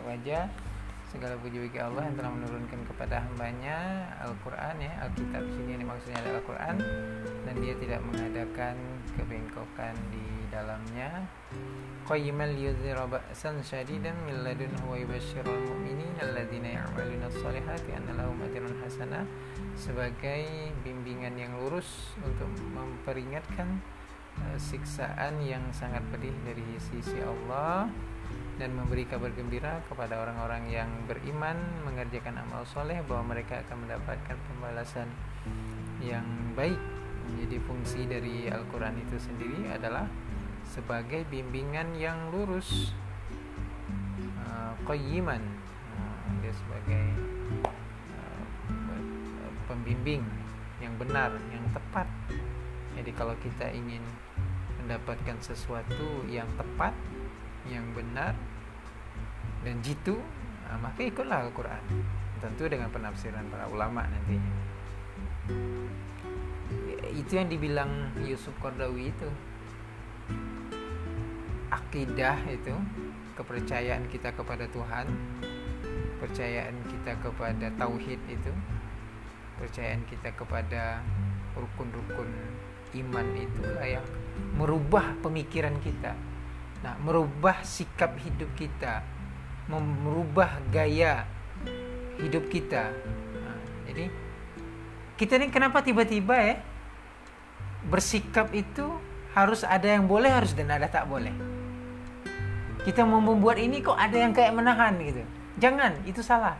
wajah. Segala puji bagi Allah yang telah menurunkan kepada hambanya Al-Quran, ya, Alkitab sini ini maksudnya adalah Al-Quran, dan dia tidak mengadakan kebengkokan di dalamnya. Qayyiman liyudhira ba'san syadidan min ladunhu wa yubashshirul mu'minina alladzina ya'maluna shalihati anna lahum ajran hasanah, sebagai bimbingan yang lurus untuk memperingatkan siksaan yang sangat pedih dari sisi Allah, dan memberi kabar gembira kepada orang-orang yang beriman mengerjakan amal soleh bahwa mereka akan mendapatkan pembalasan yang baik. Jadi fungsi dari Al-Quran itu sendiri adalah sebagai bimbingan yang lurus, qayyiman, dia sebagai pembimbing yang benar, yang tepat. Jadi kalau kita ingin mendapatkan sesuatu yang tepat, yang benar dan jitu, maka ikutlah Al-Quran, tentu dengan penafsiran para ulama nantinya. Itu yang dibilang Yusuf Qaradawi itu, akidah itu kepercayaan kita kepada Tuhan, kepercayaan kita kepada tauhid itu, kepercayaan kita kepada rukun-rukun iman, itulah yang merubah pemikiran kita. Nah, merubah sikap hidup kita, merubah gaya hidup kita. Nah, jadi kita ini kenapa tiba-tiba ya bersikap itu harus ada yang boleh, harus dan ada tak boleh. Kita mau membuat ini kok ada yang kayak menahan gitu. Jangan, itu salah.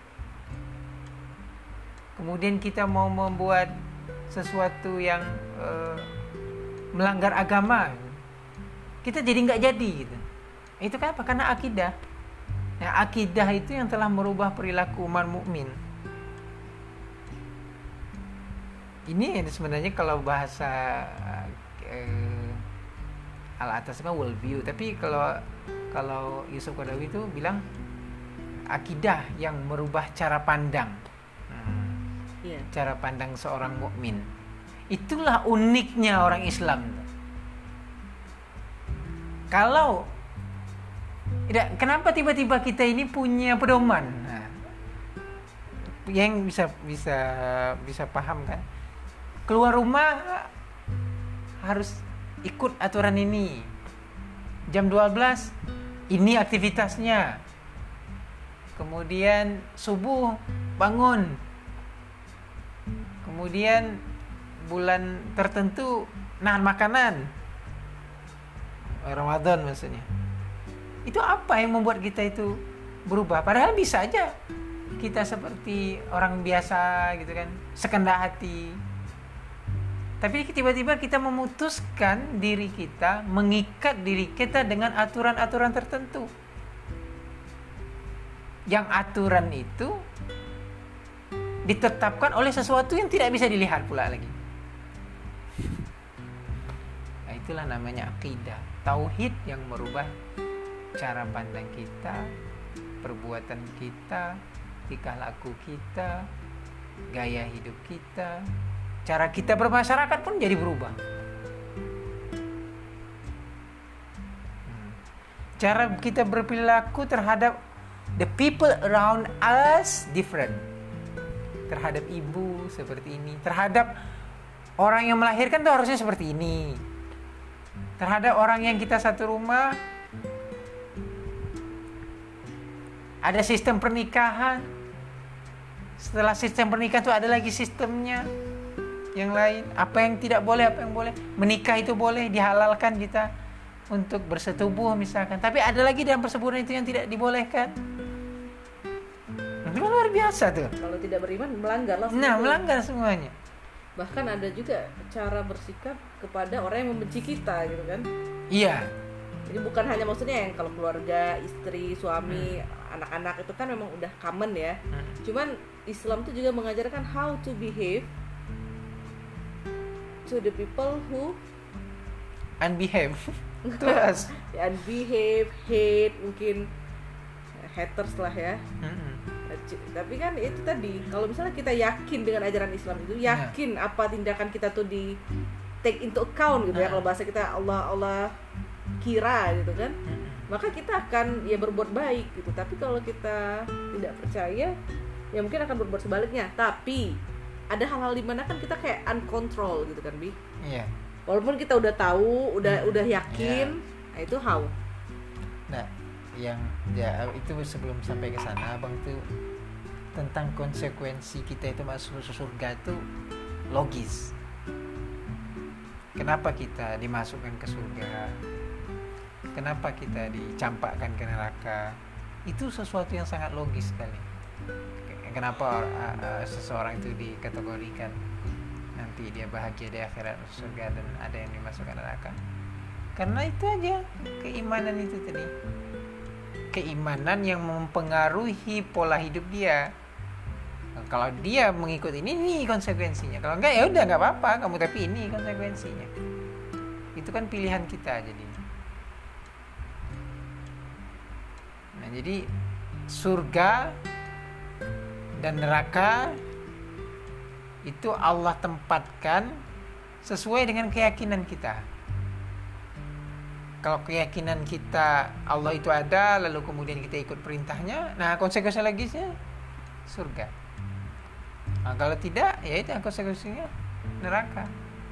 Kemudian kita mau membuat sesuatu yang melanggar agama, kita jadi nggak jadi gitu. Itu kenapa? Karena akidah. Nah, akidah itu yang telah merubah perilaku umat mukmin. Ini sebenarnya kalau bahasa al-atas kan world view, tapi kalau Yusuf Qaradawi itu bilang akidah yang merubah cara pandang. Cara pandang seorang mukmin. Itulah uniknya orang Islam. Kalau kenapa tiba-tiba kita ini punya pedoman? Nah, yang bisa paham kan? Keluar rumah harus ikut aturan ini. Jam 12 ini aktivitasnya. Kemudian subuh bangun. Kemudian bulan tertentu nahan makanan. Ramadan maksudnya. Itu apa yang membuat kita itu berubah? Padahal bisa aja kita seperti orang biasa gitu kan, sekendak hati. Tapi tiba-tiba kita memutuskan diri kita, mengikat diri kita dengan aturan-aturan tertentu. Yang aturan itu ditetapkan oleh sesuatu yang tidak bisa dilihat pula lagi. Nah, itulah namanya akidah. Tauhid yang merubah cara pandang kita, perbuatan kita, tingkah laku kita, gaya hidup kita, cara kita bermasyarakat pun jadi berubah. Cara kita berperilaku terhadap the people around us different. Terhadap ibu seperti ini, terhadap orang yang melahirkan tuh harusnya seperti ini. Terhadap orang yang kita satu rumah, ada sistem pernikahan. Setelah sistem pernikahan itu ada lagi sistemnya yang lain. Apa yang tidak boleh, apa yang boleh. Menikah itu boleh, dihalalkan kita untuk bersetubuh misalkan. Tapi ada lagi dalam persetubuhan itu yang tidak dibolehkan. Itu luar biasa tuh. Kalau tidak beriman melanggar lah. Nah, melanggar semuanya. Bahkan ada juga cara bersikap kepada orang yang membenci kita gitu kan. Iya. Jadi bukan hanya maksudnya yang kalau keluarga, istri, suami, anak-anak itu kan memang udah common ya. Cuman Islam tuh juga mengajarkan how to behave to the people who unbehave to us. Unbehave, hate, mungkin haters lah ya. Tapi kan itu tadi, kalau misalnya kita yakin dengan ajaran Islam itu, yakin apa tindakan kita tuh di take into account gitu ya, kalau bahasa kita Allah kira gitu kan. maka kita akan ya berbuat baik gitu. Tapi kalau kita tidak percaya, ya mungkin akan berbuat sebaliknya. Tapi ada hal-hal di mana kan kita kayak uncontrol gitu kan, Bi. Iya. Walaupun kita udah tahu, udah yakin, nah itu how. Nah, yang ya itu sebelum sampai ke sana, Abang tuh tentang konsekuensi kita itu masuk surga itu logis. Kenapa kita dimasukkan ke surga? Kenapa kita dicampakkan ke neraka? Itu sesuatu yang sangat logis sekali. Kenapa seseorang itu dikategorikan nanti dia bahagia di akhirat surga dan ada yang dimasukkan neraka? Karena itu aja, keimanan itu tadi. Keimanan yang mempengaruhi pola hidup dia. Kalau dia mengikuti ini konsekuensinya. Kalau enggak ya udah enggak apa-apa kamu, tapi ini konsekuensinya. Itu kan pilihan kita jadi. Nah, jadi surga dan neraka itu Allah tempatkan sesuai dengan keyakinan kita. Kalau keyakinan kita Allah itu ada, lalu kemudian kita ikut perintahnya, nah konsekuensi logisnya surga. Nah, kalau tidak, ya itu konsekuensinya neraka.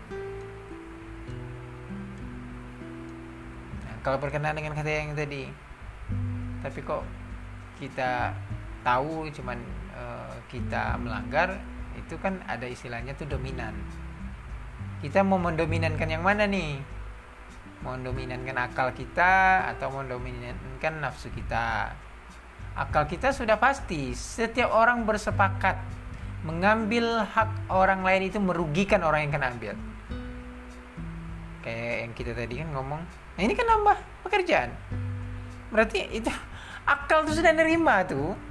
Nah, kalau berkenaan dengan kata yang tadi, tapi kok kita tahu cuman kita melanggar, itu kan ada istilahnya tuh dominan. Kita mau mendominankan yang mana nih? Mau mendominankan akal kita atau mendominankan nafsu kita? Akal kita sudah pasti, setiap orang bersepakat mengambil hak orang lain itu merugikan orang yang kena ambil. Kayak yang kita tadi kan ngomong, nah ini kan nambah pekerjaan. Berarti itu akal tuh sudah nerima tuh.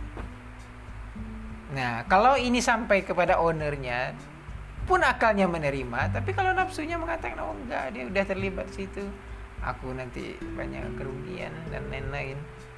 Nah, kalau ini sampai kepada ownernya pun akalnya menerima, tapi kalau nafsunya mengatakan oh enggak, dia udah terlibat situ, aku nanti banyak kerugian dan lain-lain.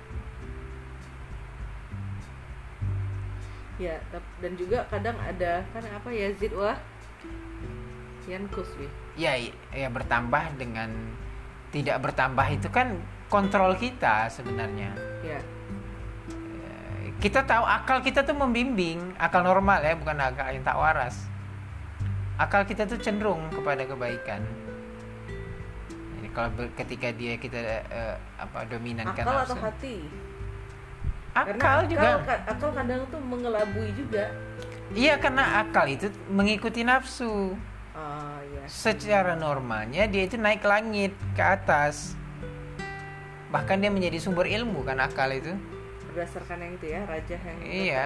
Ya, dan juga kadang ada kan apa ya Yazid wah yankus ya bertambah dengan tidak bertambah itu kan kontrol kita sebenarnya. Ya. Kita tahu akal kita tuh membimbing, akal normal ya, bukan akal yang tak waras. Akal kita tuh cenderung kepada kebaikan. Jadi kalau ketika kita dominankan akal nafsu. Atau hati? Akal juga. Akal kadang tuh mengelabui juga. Iya, karena akal itu mengikuti nafsu. Iya. Secara normalnya dia itu naik ke langit, ke atas. Bahkan dia menjadi sumber ilmu kan akal itu. Berdasarkan yang itu ya, raja yang iya.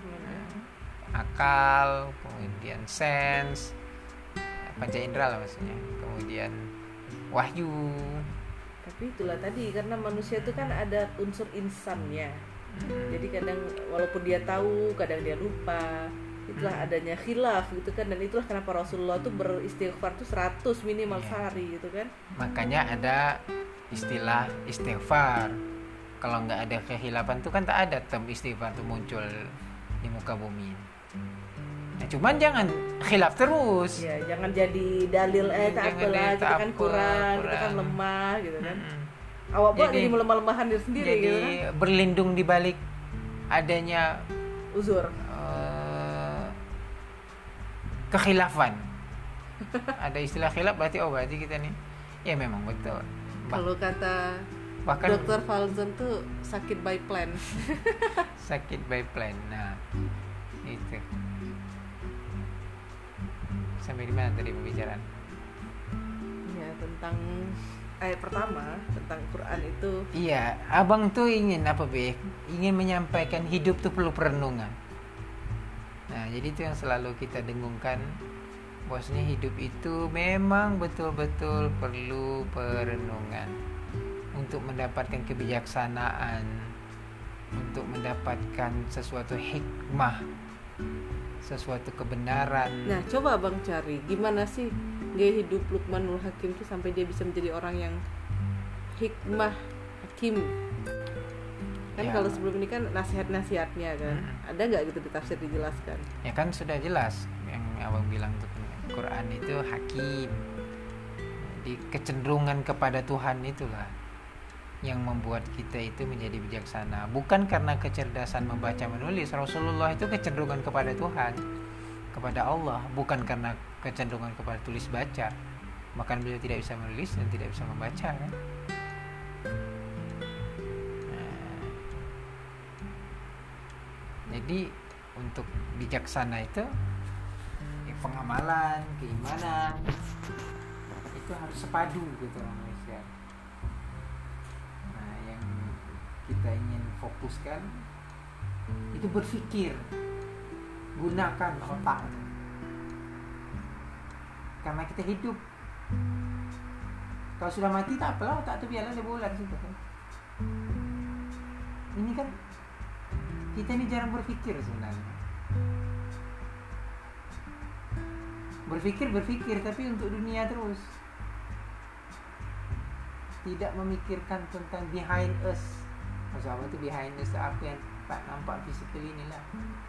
Akal, kemudian sense, panca indera lah maksudnya. Kemudian wahyu. Tapi itulah tadi, karena manusia itu kan ada unsur insannya. Jadi kadang walaupun dia tahu, kadang dia lupa. Itulah adanya khilaf gitu kan. Dan itulah kenapa Rasulullah tuh beristighfar tuh 100 minimal sehari gitu kan. Makanya ada istilah istighfar. Kalau nggak ada kehilafan tuh kan tak ada term istighfar tuh muncul di muka bumi. Nah, cuman jangan khilaf terus. Ya, jangan jadi dalil tak apalah, kita kan kurang, kita kan lemah gitu kan. Awak buat jadi melemah-lemahan diri sendiri jadi gitu kan. Berlindung di balik adanya uzur. Kekhilafan. Ada istilah khilaf berarti kita nih. Ya memang betul. Kalau kata bahkan Dr. Falzon tuh sakit by plan. Sakit by plan. Nah, itu. Sampai di mana tadi pembicaraan? Ya, tentang ayat pertama tentang Quran itu. Iya, abang tuh ingin ingin menyampaikan hidup tuh perlu perenungan. Nah, jadi itu yang selalu kita dengungkan, bahwasanya hidup itu memang betul-betul perlu perenungan untuk mendapatkan kebijaksanaan, untuk mendapatkan sesuatu hikmah, sesuatu kebenaran. Nah, coba abang cari gimana sih gaya hidup Luqmanul Hakim tuh sampai dia bisa menjadi orang yang hikmah, hakim. Kan ya. Kalau sebelum ini kan nasihat-nasihatnya kan, ada nggak gitu di tafsir dijelaskan? Ya kan sudah jelas yang abang bilang tuh, Quran itu hakim. Di kecenderungan kepada Tuhan itulah. yang membuat kita itu menjadi bijaksana, bukan karena kecerdasan membaca menulis. Rasulullah itu kecenderungan kepada Tuhan, kepada Allah, bukan karena kecenderungan kepada tulis baca. Bahkan beliau tidak bisa menulis dan tidak bisa membaca kan? Jadi untuk bijaksana itu pengamalan, keimanan itu harus sepadu gitu Malaysia. Nah, yang kita ingin fokuskan itu berpikir, gunakan otak. Karena kita hidup. Kalau sudah mati tak apalah, otak itu biarlah dia bolan situ kan. Ini kan kita ini jarang berpikir sebenarnya. Berpikir tapi untuk dunia terus. Tidak memikirkan tentang behind us. Maksud apa itu behind us? Apa yang tak nampak physical inilah.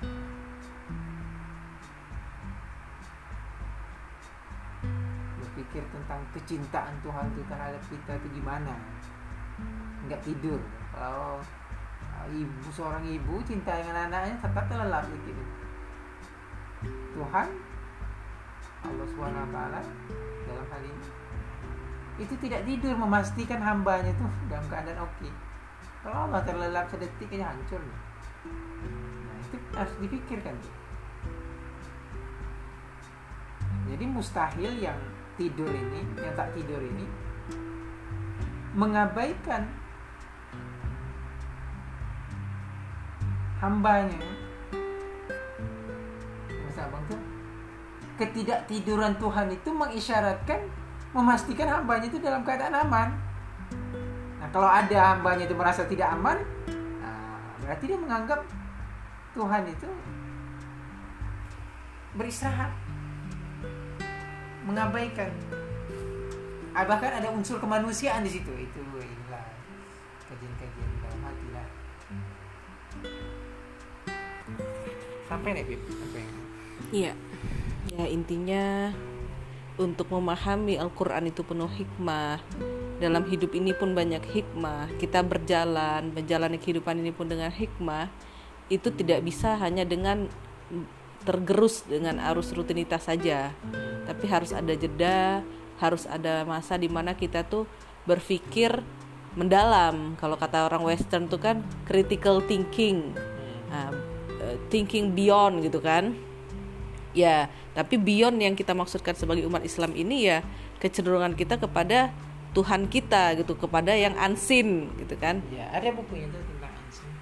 Berpikir tentang kecintaan Tuhan itu terhadap kita itu gimana. Enggak tidur. Kalau seorang ibu cinta dengan anaknya tetap terlelap gitu. Tuhan Allah SWT dalam hal ini itu tidak tidur memastikan hambanya itu dalam keadaan oke. Kalau Allah terlelap sedetik aja hancur. Nah, itu harus dipikirkan tuh. Jadi mustahil yang tidur ini, yang tak tidur ini mengabaikan hambanya. Masa abang tuh ketidaktiduran Tuhan itu mengisyaratkan memastikan hambanya itu dalam keadaan aman. Nah, kalau ada hambanya itu merasa tidak aman, berarti dia menganggap Tuhan itu beristirahat, mengabaikan. Bahkan ada unsur kemanusiaan di situ. Inilah kajian-kajian dalam hati lah. Sampai nih Bib, Iya. Ya intinya untuk memahami Al-Quran itu penuh hikmah. Dalam hidup ini pun banyak hikmah. Kita menjalani kehidupan ini pun dengan hikmah. Itu tidak bisa hanya dengan tergerus dengan arus rutinitas saja. Tapi harus ada jeda, harus ada masa di mana kita tuh berpikir mendalam. Kalau kata orang Western tuh kan critical thinking, thinking beyond gitu kan. Ya, tapi beyond yang kita maksudkan sebagai umat Islam ini ya kecenderungan kita kepada Tuhan kita gitu, kepada yang unseen gitu kan. Ya, ada bukunya itu tentang unseen.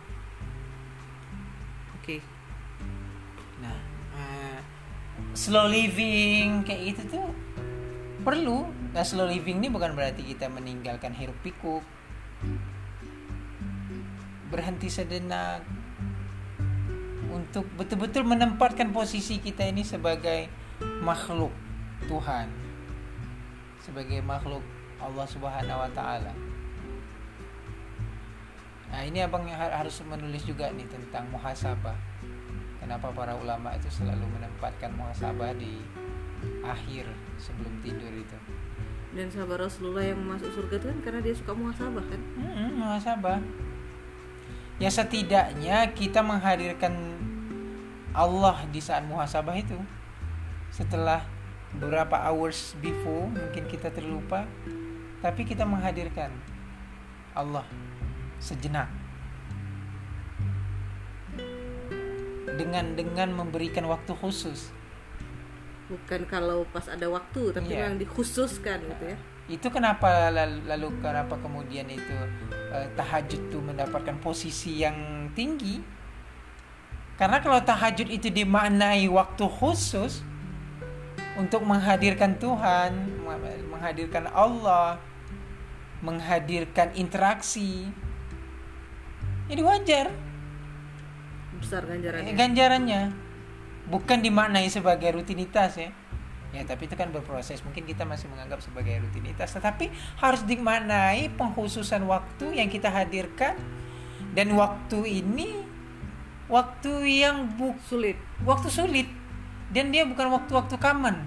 Oke. Nah, slow living kayak gitu tuh perlu. Nah, slow living ini bukan berarti kita meninggalkan hiruk pikuk, berhenti sejenak untuk betul-betul menempatkan posisi kita ini sebagai makhluk Tuhan, sebagai makhluk Allah Subhanahu wa Ta'ala. Nah, ini abang harus menulis juga nih tentang muhasabah. Kenapa para ulama itu selalu menempatkan muhasabah di akhir sebelum tidur itu. Dan sahabat Rasulullah yang masuk surga itu kan karena dia suka muhasabah kan? Muhasabah. Ya setidaknya kita menghadirkan Allah di saat muhasabah itu. Setelah beberapa hours before mungkin kita terlupa, tapi kita menghadirkan Allah sejenak dengan memberikan waktu khusus. Bukan kalau pas ada waktu, tapi yang dikhususkan gitu ya. Itu kenapa lalu kenapa kemudian itu tahajud itu mendapatkan posisi yang tinggi? Karena kalau tahajud itu dimaknai waktu khusus untuk menghadirkan Tuhan, menghadirkan Allah, menghadirkan interaksi, jadi wajar. Besar ganjarannya. Ganjarannya bukan dimaknai sebagai rutinitas ya. Ya, tapi itu kan berproses. Mungkin kita masih menganggap sebagai rutinitas, tetapi harus dimaknai pengkhususan waktu yang kita hadirkan. Dan waktu ini waktu yang sulit. Waktu sulit. Dan dia bukan waktu-waktu common.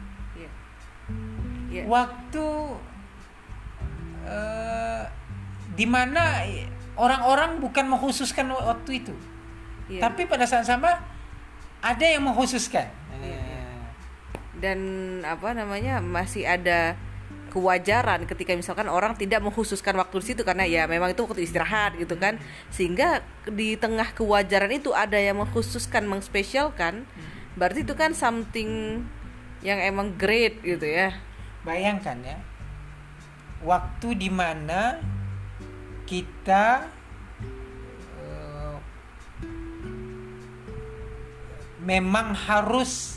Waktu di mana orang-orang bukan mengkhususkan waktu itu, tapi pada saat sama ada yang mengkhususkan. Dan masih ada kewajaran ketika misalkan orang tidak mengkhususkan waktu di situ karena ya memang itu waktu istirahat gitu kan, sehingga di tengah kewajaran itu ada yang mengkhususkan, mengspesialkan, berarti itu kan something yang emang great gitu ya. Bayangkan ya, waktu di mana kita memang harus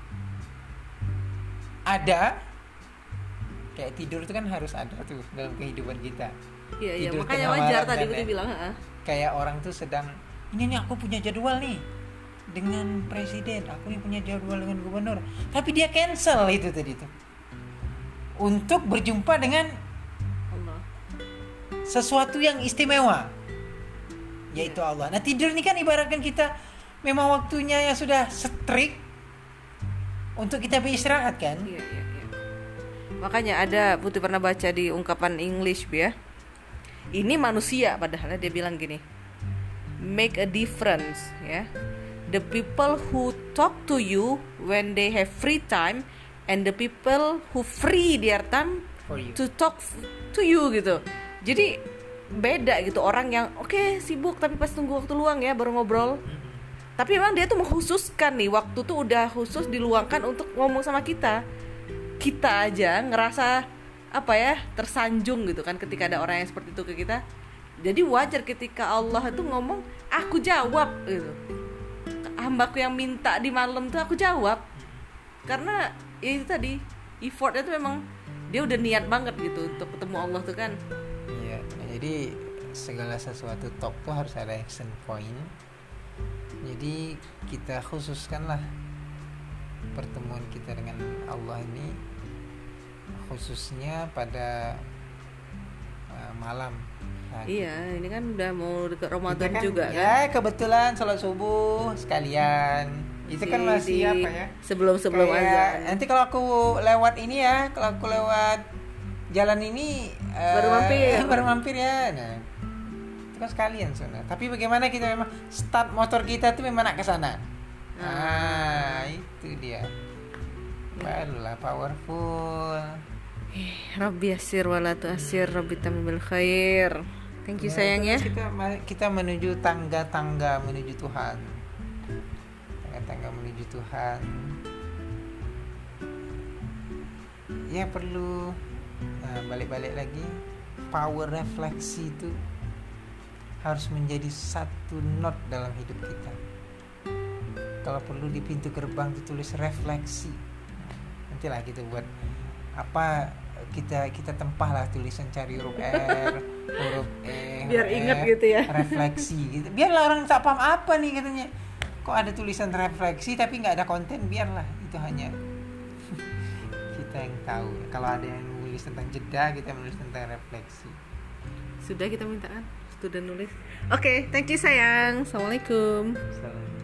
ada, kayak tidur itu kan harus ada tuh dalam kehidupan kita. Iya, makanya wajar tadi itu bilang. Kayak orang tuh sedang, ini nih aku punya jadwal nih dengan presiden, aku nih punya jadwal dengan gubernur, tapi dia cancel itu tadi tuh untuk berjumpa dengan Allah, sesuatu yang istimewa, yaitu Allah. Nah tidur ini kan ibaratkan kita memang waktunya yang sudah strict untuk kita beristirahat kan. Iya. Makanya ada Putri pernah baca di ungkapan English ya. Ini manusia padahal dia bilang gini, make a difference ya. The people who talk to you when they have free time and the people who free their time to talk to you gitu. Jadi beda gitu, orang yang oke, sibuk tapi pas tunggu waktu luang ya baru ngobrol. Tapi memang dia tuh mengkhususkan nih, waktu tuh udah khusus diluangkan untuk ngomong sama kita. Kita aja ngerasa tersanjung gitu kan ketika ada orang yang seperti itu ke kita. Jadi wajar ketika Allah itu ngomong, aku jawab gitu. Hambaku yang minta di malam tuh aku jawab. Karena ya itu tadi, effortnya tuh memang dia udah niat banget gitu untuk ketemu Allah tuh kan. Iya, jadi segala sesuatu talk tuh harus ada action point. Jadi kita khususkanlah pertemuan kita dengan Allah ini, khususnya pada malam. Nah, iya, ini kan udah mau dekat Ramadan kan, juga ya, kan. Kebetulan sholat subuh sekalian. Itu kan masih sebelum azan. Nanti kalau aku lewat ini ya, kalau aku lewat jalan ini baru mampir ya. Nah, itu kan sekalian sebenarnya. Tapi bagaimana kita memang start motor kita tuh memang nak ke sana. Itu dia. Barulah powerful. Rabbi yassir wala tu'assir, Rabbi tamim bil khair. Thank you sayang ya. Kita menuju tangga-tangga menuju Tuhan. Tangga-tangga menuju Tuhan. Ya perlu balik-balik lagi, power refleksi itu harus menjadi satu not dalam hidup kita. Kalau perlu di pintu gerbang ditulis refleksi. Nantilah kita buat kita tempahlah tulisan, cari huruf R, huruf E, biar ingat gitu ya. Refleksi gitu. Biarlah orang tak paham apa nih katanya. Kok ada tulisan refleksi tapi nggak ada konten, biarlah itu hanya kita yang tahu. Kalau ada yang nulis tentang jeda, kita menulis tentang refleksi. Sudah kita minta kan, sudah nulis. Oke, thank you sayang. Assalamualaikum. Salam.